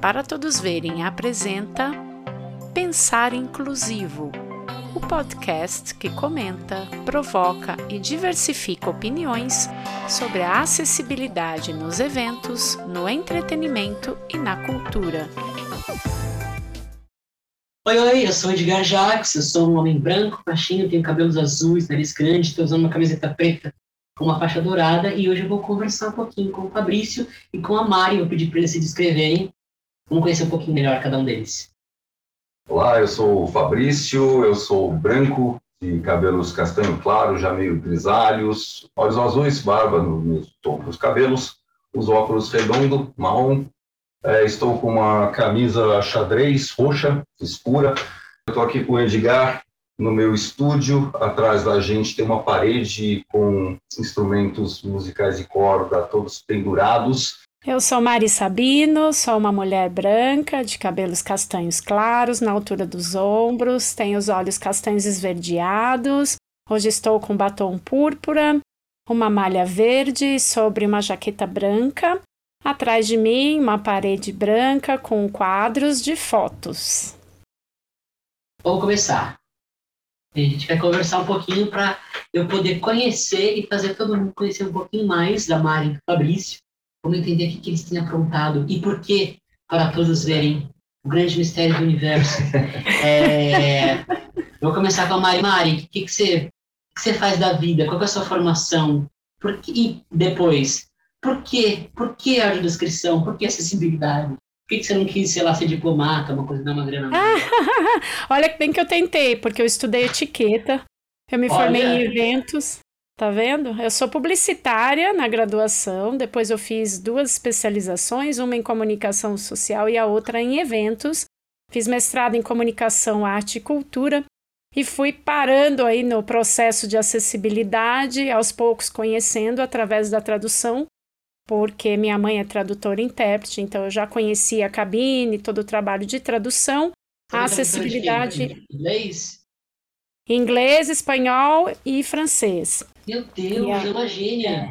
Para Todos Verem apresenta Pensar Inclusivo, o podcast que comenta, provoca e diversifica opiniões sobre a acessibilidade nos eventos, no entretenimento e na cultura. Oi, eu sou Edgar Jacques, eu sou um homem branco, baixinho, tenho cabelos azuis, nariz grande, estou usando uma camiseta preta com uma faixa dourada e hoje eu vou conversar um pouquinho com o Fabrício e com a Mari, vou pedir para eles se descreverem, vamos conhecer um pouquinho melhor cada um deles. Olá, eu sou o Fabrício, eu sou branco, de cabelos castanho claro, já meio grisalhos, olhos azuis, barba no topo dos cabelos, os óculos redondo, marrom. Estou com uma camisa xadrez roxa, escura. Eu estou aqui com o Edgar no meu estúdio. Atrás da gente tem uma parede com instrumentos musicais de corda, todos pendurados. Eu sou Mari Sabino, sou uma mulher branca, de cabelos castanhos claros, na altura dos ombros, tenho os olhos castanhos esverdeados. Hoje estou com batom púrpura, uma malha verde sobre uma jaqueta branca. Atrás de mim, uma parede branca com quadros de fotos. Vamos começar. A gente vai conversar um pouquinho para eu poder conhecer e fazer todo mundo conhecer um pouquinho mais da Mari e do Fabrício. Vamos entender o que eles têm aprontado e por que, para todos verem o grande mistério do universo. Vou começar com a Mari. Mari, o que você faz da vida? Qual é a sua formação? E depois... Por que a audiodescrição? Por que acessibilidade? Por que você não quis, sei lá, ser diplomata, uma coisa, dar uma grana? Olha que bem que eu tentei, porque eu estudei etiqueta, eu me formei em eventos, tá vendo? Eu sou publicitária na graduação, depois eu fiz 2 especializações, uma em comunicação social e a outra em eventos. Fiz mestrado em comunicação, arte e cultura e fui parando aí no processo de acessibilidade, aos poucos conhecendo através da tradução, porque minha mãe é tradutora e intérprete, então eu já conhecia a cabine, todo o trabalho de tradução, a acessibilidade... Inglês, espanhol e francês. Meu Deus, é uma gênia!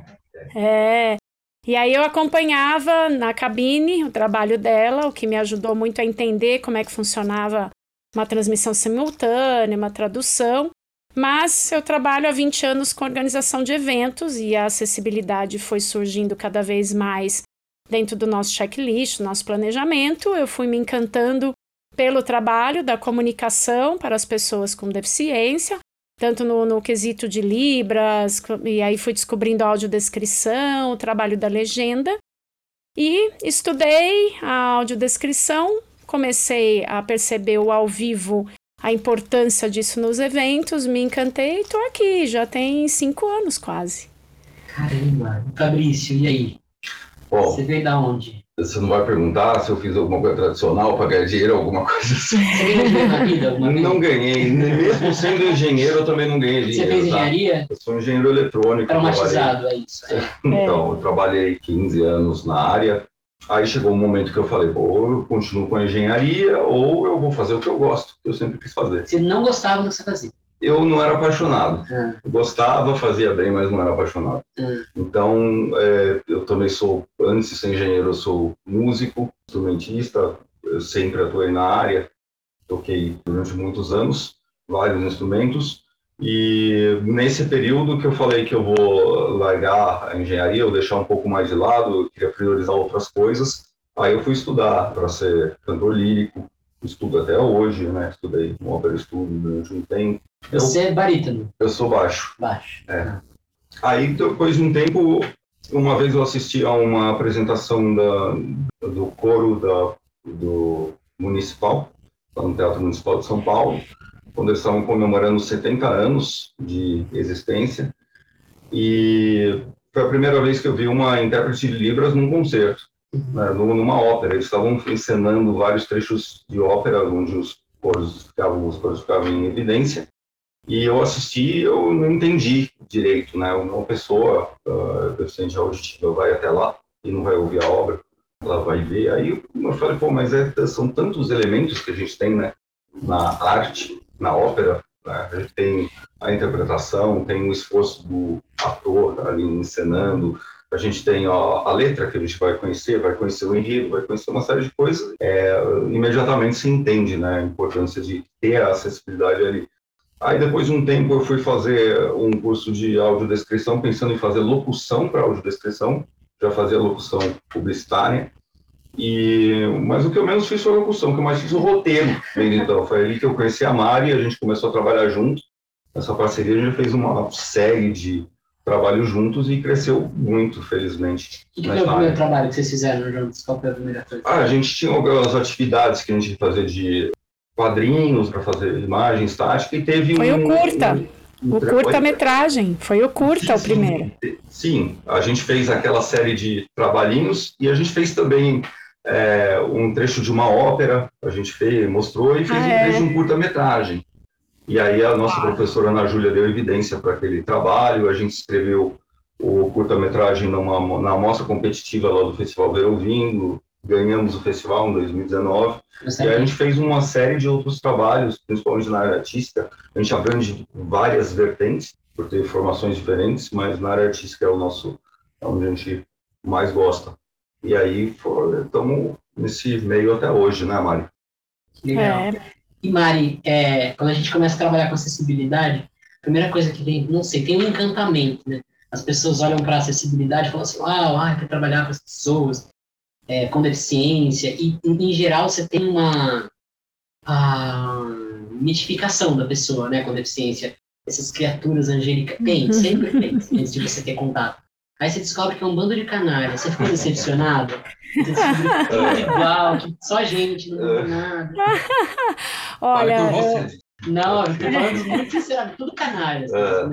E aí eu acompanhava na cabine o trabalho dela, o que me ajudou muito a entender como é que funcionava uma transmissão simultânea, uma tradução. Mas eu trabalho há 20 anos com organização de eventos e a acessibilidade foi surgindo cada vez mais dentro do nosso checklist, do nosso planejamento. Eu fui me encantando pelo trabalho da comunicação para as pessoas com deficiência, tanto no quesito de Libras, e aí fui descobrindo a audiodescrição, o trabalho da legenda. E estudei a audiodescrição, comecei a perceber o ao vivo, a importância disso nos eventos, me encantei e estou aqui, já tem 5 anos quase. Caramba! Fabrício, e aí? Bom, você veio da onde? Você não vai perguntar se eu fiz alguma coisa tradicional para ganhar dinheiro, alguma coisa assim? Você ganhou dinheiro na vida alguma vez? Não ganhei. Mesmo sendo engenheiro, eu também não ganhei dinheiro. Você fez engenharia? Eu sou engenheiro eletrônico. Traumatizado, é isso. Então, eu trabalhei 15 anos na área. Aí chegou um momento que eu falei, ou eu continuo com a engenharia, ou eu vou fazer o que eu gosto, que eu sempre quis fazer. Você não gostava do que você fazia? Eu não era apaixonado. Eu gostava, fazia bem, mas não era apaixonado. Então, eu também sou, antes de ser engenheiro, eu sou músico, instrumentista, eu sempre atuei na área, toquei durante muitos anos, vários instrumentos, e nesse período que eu falei que eu vou largar a engenharia, eu deixar um pouco mais de lado, eu queria priorizar outras coisas, aí eu fui estudar para ser cantor lírico, estudo até hoje, né? Estudei no Opera Studio durante um tempo. Você é barítono? Eu sou baixo. Baixo. Aí, depois de um tempo, uma vez eu assisti a uma apresentação do coro do Municipal, lá no Teatro Municipal de São Paulo, quando eles estavam comemorando 70 anos de existência, e foi a primeira vez que eu vi uma intérprete de Libras num concerto, né, numa ópera. Eles estavam encenando vários trechos de ópera, onde os coros ficavam em evidência, e eu assisti e eu não entendi direito, né? Uma pessoa deficiente auditiva vai até lá e não vai ouvir a obra, ela vai ver. Aí eu falei, mas são tantos elementos que a gente tem, né, na arte, na ópera, né? A gente tem a interpretação, tem o esforço do ator ali encenando, a gente tem a letra que a gente vai conhecer o enredo, vai conhecer uma série de coisas, imediatamente se entende, né, a importância de ter a acessibilidade ali. Aí depois de um tempo eu fui fazer um curso de audiodescrição, pensando em fazer locução para audiodescrição, já fazia locução publicitária, mas o que eu menos fiz foi a locução, o que eu mais fiz o roteiro. Então, foi ali que eu conheci a Mari, a gente começou a trabalhar junto. Essa parceria, a gente fez uma série de trabalhos juntos e cresceu muito, felizmente. O que foi o primeiro trabalho que vocês fizeram juntos? Qual foi a primeira coisa? A gente tinha algumas atividades que a gente fazia de quadrinhos para fazer imagem estática e teve Foi o curta. O curta-metragem, foi o curta o primeiro. Sim, a gente fez aquela série de trabalhinhos e a gente fez também um trecho de uma ópera, a gente mostrou e fez um trecho de um curta-metragem. E aí a nossa professora Ana Júlia deu evidência para aquele trabalho, a gente escreveu o curta-metragem na mostra competitiva lá do Festival Ver Ouvindo, ganhamos o festival em 2019, e aí a gente fez uma série de outros trabalhos, principalmente na área artística. A gente abrange várias vertentes, por ter formações diferentes, mas na área artística é onde a gente mais gosta. E aí estamos nesse meio até hoje, né, Mari? Legal. E Mari, quando a gente começa a trabalhar com acessibilidade, a primeira coisa que vem, não sei, tem um encantamento, né? As pessoas olham para a acessibilidade e falam assim, quer trabalhar com as pessoas com deficiência, e em geral você tem uma mitificação da pessoa, né, com deficiência. Essas criaturas angélicas, sempre tem, antes de você ter contato. Aí você descobre que é um bando de canalhas, você ficou decepcionado? Você descobre que tudo igual, que só gente, não muda nada. Olha, não, eu tô falando muito sinceramente, tudo canalhas.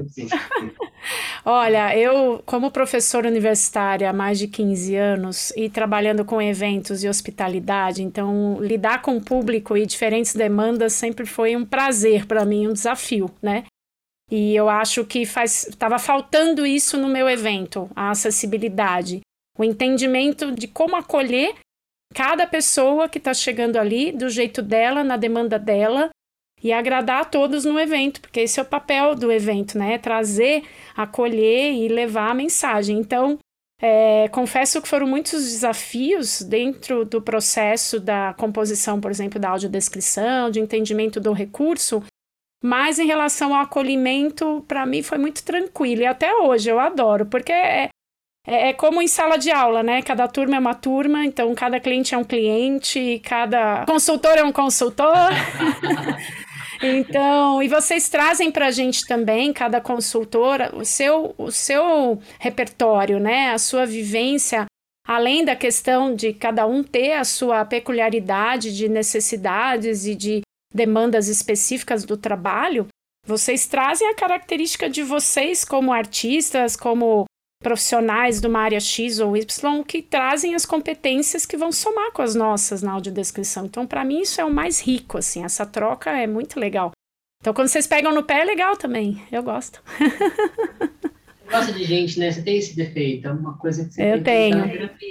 Olha, eu, como professora universitária há mais de 15 anos e trabalhando com eventos e hospitalidade, então lidar com o público e diferentes demandas sempre foi um prazer para mim, um desafio, né? E eu acho que estava faltando isso no meu evento, a acessibilidade, o entendimento de como acolher cada pessoa que está chegando ali, do jeito dela, na demanda dela, e agradar a todos no evento, porque esse é o papel do evento, né? Trazer, acolher e levar a mensagem. Então, confesso que foram muitos desafios dentro do processo da composição, por exemplo, da audiodescrição, de entendimento do recurso, mas em relação ao acolhimento, para mim foi muito tranquilo, e até hoje eu adoro, porque é como em sala de aula, né? Cada turma é uma turma, então cada cliente é um cliente, cada consultor é um consultor. Então, e vocês trazem para a gente também, cada consultora, o seu repertório, né? A sua vivência, além da questão de cada um ter a sua peculiaridade de necessidades e de demandas específicas do trabalho, vocês trazem a característica de vocês como artistas, como profissionais de uma área X ou Y, que trazem as competências que vão somar com as nossas na audiodescrição. Então, para mim, isso é o mais rico, assim, essa troca é muito legal. Então, quando vocês pegam no pé, é legal também, eu gosto. Gosta de gente, né? Você tem esse defeito, é uma coisa que você eu tenho.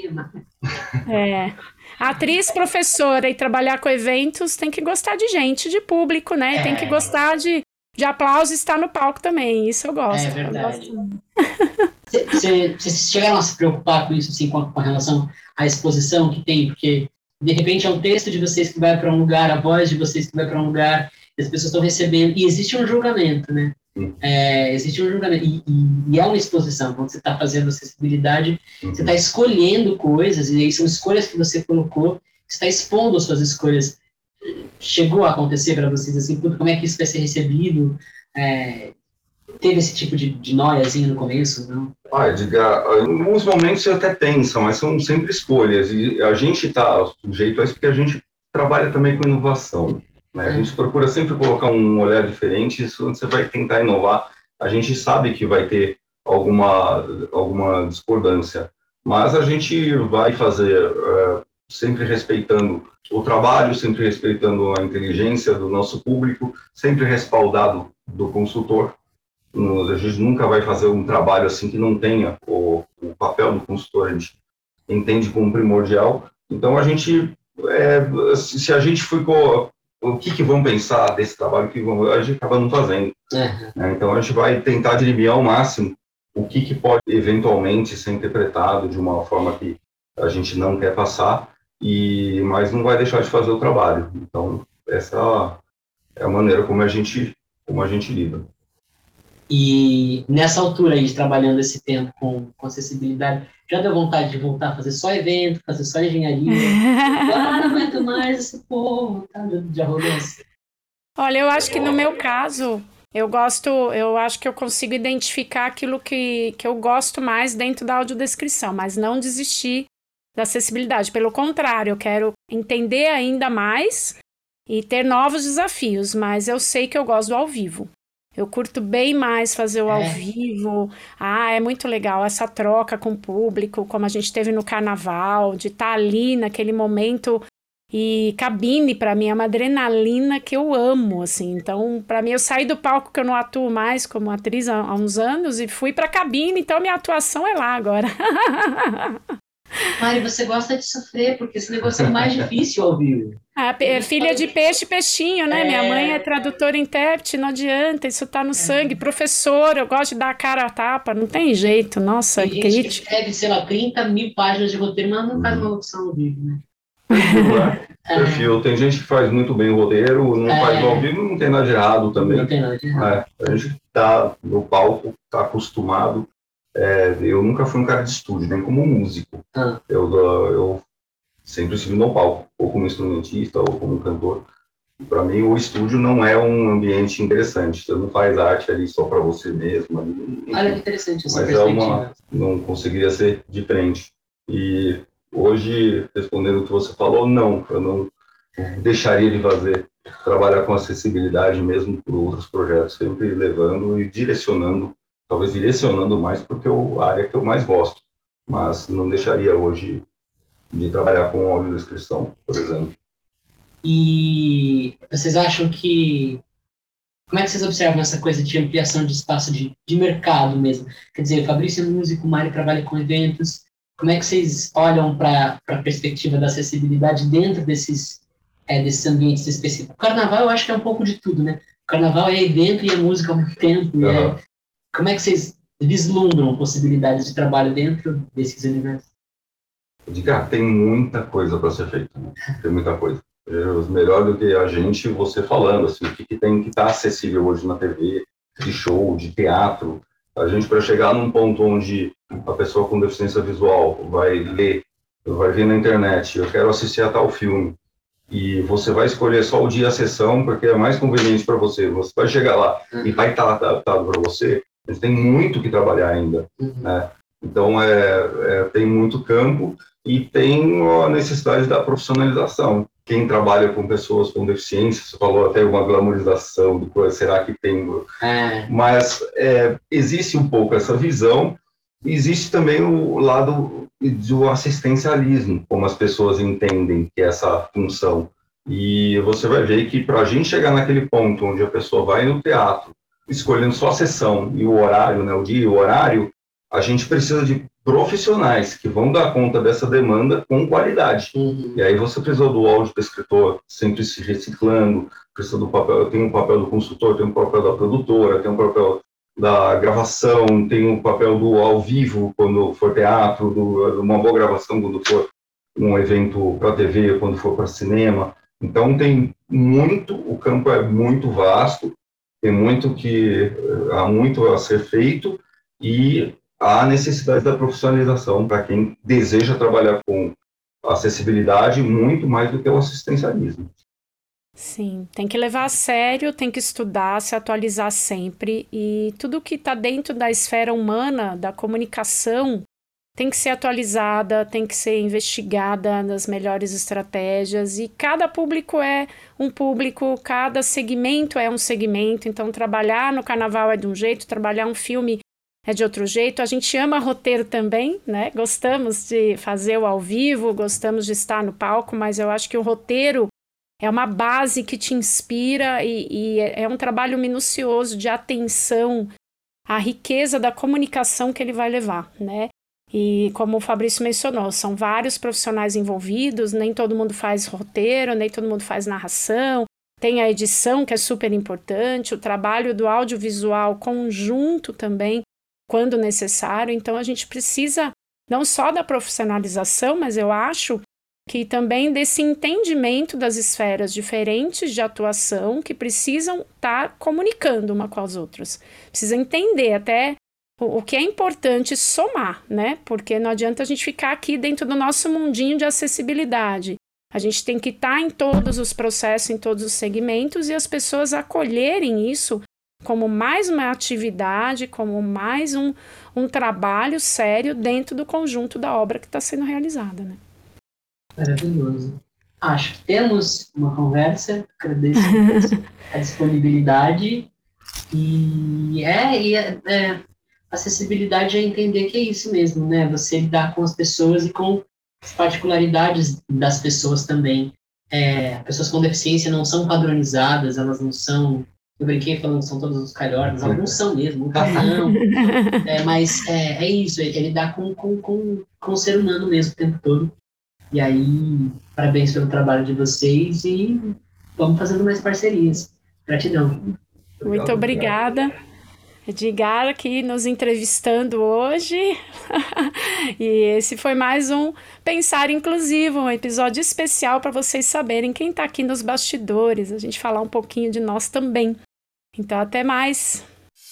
É. Atriz, professora e trabalhar com eventos tem que gostar de gente, de público, né? Tem que gostar de aplauso e estar no palco também, isso eu gosto. É verdade. Vocês chegaram a se preocupar com isso, assim, com relação à exposição que tem? Porque, de repente, é um texto de vocês que vai para um lugar, a voz de vocês que vai para um lugar, e as pessoas estão recebendo, e existe um julgamento, né? Existe um julgamento, e é uma exposição. Quando você está fazendo acessibilidade, você está escolhendo coisas, e aí são escolhas que você colocou, você está expondo as suas escolhas. Chegou a acontecer para vocês, assim, como é que isso vai ser recebido? Teve esse tipo de noiazinha no começo, não? Em alguns momentos você até pensa, mas são sempre escolhas, e a gente está sujeito a isso porque a gente trabalha também com inovação. Né? A gente procura sempre colocar um olhar diferente, isso você vai tentar inovar, a gente sabe que vai ter alguma discordância, mas a gente vai fazer sempre respeitando o trabalho, sempre respeitando a inteligência do nosso público, sempre respaldado do consultor. A gente nunca vai fazer um trabalho assim que não tenha o papel do consultor, a gente entende como primordial. Então, a gente, se a gente ficou, o que vão pensar desse trabalho, a gente acaba não fazendo. Então, a gente vai tentar dirimir ao máximo o que pode eventualmente ser interpretado de uma forma que a gente não quer passar, mas não vai deixar de fazer o trabalho. Então, essa é a maneira como a gente lida. E nessa altura aí, trabalhando esse tempo com acessibilidade, já deu vontade de voltar a fazer só evento, fazer só engenharia? Não aguento mais esse povo, tá? Já rolou assim. Olha, eu acho que no meu caso, eu acho que eu consigo identificar aquilo que eu gosto mais dentro da audiodescrição, mas não desistir da acessibilidade. Pelo contrário, eu quero entender ainda mais e ter novos desafios, mas eu sei que eu gosto do ao vivo. Eu curto bem mais fazer o ao vivo. É muito legal essa troca com o público, como a gente teve no carnaval, de estar ali naquele momento. E cabine, para mim, é uma adrenalina que eu amo, assim. Então, para mim, eu saí do palco, que eu não atuo mais como atriz há uns anos, e fui para cabine, então minha atuação é lá agora. Mari, você gosta de sofrer, porque esse negócio é mais difícil ao vivo. Filha de peixe, peixinho, né? Minha mãe é tradutora e intérprete, não adianta, isso tá no sangue. Professora, eu gosto de dar a cara a tapa, não tem jeito, nossa, tem gente que escreve, sei lá, 30 mil páginas de roteiro, mas não faz uma locução ao vivo, né? Perfil. Tem gente que faz muito bem o roteiro, não faz ao vivo, não tem nada de errado também. Não tem nada de errado. A gente tá no palco, tá acostumado. Eu nunca fui um cara de estúdio, nem como músico. Eu sempre estive no palco, ou como instrumentista, ou como cantor. Para mim, o estúdio não é um ambiente interessante. Você não faz arte ali só para você mesmo. Olha que interessante essa mas perspectiva. Não conseguiria ser diferente. E hoje, respondendo o que você falou, não, eu não deixaria de trabalhar com acessibilidade mesmo por outros projetos, sempre levando e direcionando, talvez direcionando mais porque é a área que eu mais gosto, mas não deixaria hoje de trabalhar com audiodescrição, por exemplo. E vocês acham que... Como é que vocês observam essa coisa de ampliação de espaço de mercado mesmo? Quer dizer, Fabrício é músico, Mari trabalha com eventos. Como é que vocês olham para a perspectiva da acessibilidade dentro desses ambientes específicos? O carnaval, eu acho que é um pouco de tudo, né? O carnaval é evento e é música ao mesmo tempo. Como é que vocês vislumbram possibilidades de trabalho dentro desses universos? Tem muita coisa para ser feita, né? Tem muita coisa. Melhor do que a gente, você falando, assim, o que tem que estar acessível hoje na TV, de show, de teatro. A gente, para chegar num ponto onde a pessoa com deficiência visual vai ler, vai ver na internet, eu quero assistir a tal filme, e você vai escolher só o dia a sessão, porque é mais conveniente para você. Você vai chegar lá e vai estar adaptado para você. A gente tem muito que trabalhar ainda, né? Então, tem muito campo e tem a necessidade da profissionalização. Quem trabalha com pessoas com deficiência, você falou até uma glamorização do que será que tem... Mas existe um pouco essa visão, existe também o lado do assistencialismo, como as pessoas entendem que é essa função. E você vai ver que para a gente chegar naquele ponto onde a pessoa vai no teatro, escolhendo só a sessão e o horário, né, o dia e o horário, a gente precisa de profissionais que vão dar conta dessa demanda com qualidade. E aí você precisa do audiodescritor sempre se reciclando, precisa do papel, tem o papel do consultor, tem o papel da produtora, tem o papel da gravação, tem o papel do ao vivo quando for teatro, uma boa gravação quando for um evento para TV, quando for para cinema. Então tem muito, o campo é muito vasto, tem há muito a ser feito e há necessidade da profissionalização para quem deseja trabalhar com acessibilidade muito mais do que o assistencialismo. Sim, tem que levar a sério, tem que estudar, se atualizar sempre e tudo que está dentro da esfera humana, da comunicação, tem que ser atualizada, tem que ser investigada nas melhores estratégias e cada público é um público, cada segmento é um segmento, então trabalhar no carnaval é de um jeito, trabalhar um filme é de outro jeito. A gente ama roteiro também, né? Gostamos de fazer o ao vivo, gostamos de estar no palco, mas eu acho que o roteiro é uma base que te inspira e é um trabalho minucioso de atenção à riqueza da comunicação que ele vai levar, né? E como o Fabrício mencionou, são vários profissionais envolvidos, nem todo mundo faz roteiro, nem todo mundo faz narração, tem a edição que é super importante, o trabalho do audiovisual conjunto também, quando necessário. Então, a gente precisa não só da profissionalização, mas eu acho que também desse entendimento das esferas diferentes de atuação que precisam estar comunicando uma com as outras. Precisa entender até o que é importante somar, né? Porque não adianta a gente ficar aqui dentro do nosso mundinho de acessibilidade. A gente tem que estar em todos os processos, em todos os segmentos, e as pessoas acolherem isso como mais uma atividade, como mais um trabalho sério dentro do conjunto da obra que está sendo realizada, né? Maravilhoso. Acho que temos uma conversa, agradeço a disponibilidade e acessibilidade é entender que é isso mesmo, né? Você lidar com as pessoas e com as particularidades das pessoas também. Pessoas com deficiência não são padronizadas, elas não são... Eu brinquei falando que são todos os calhordas, alguns são mesmo, outros não. Mas é isso, é lidar com o ser humano mesmo o tempo todo. E aí, parabéns pelo trabalho de vocês e vamos fazendo mais parcerias. Gratidão. Muito obrigada. Edgar aqui nos entrevistando hoje. E esse foi mais um Pensar Inclusivo, um episódio especial para vocês saberem quem está aqui nos bastidores, a gente falar um pouquinho de nós também. Então, até mais.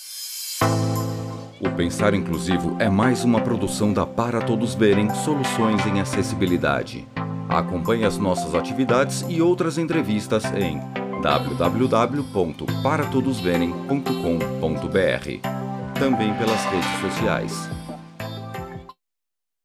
O Pensar Inclusivo é mais uma produção da Para Todos Verem Soluções em Acessibilidade. Acompanhe as nossas atividades e outras entrevistas em www.paratodosverem.com.br. Também pelas redes sociais.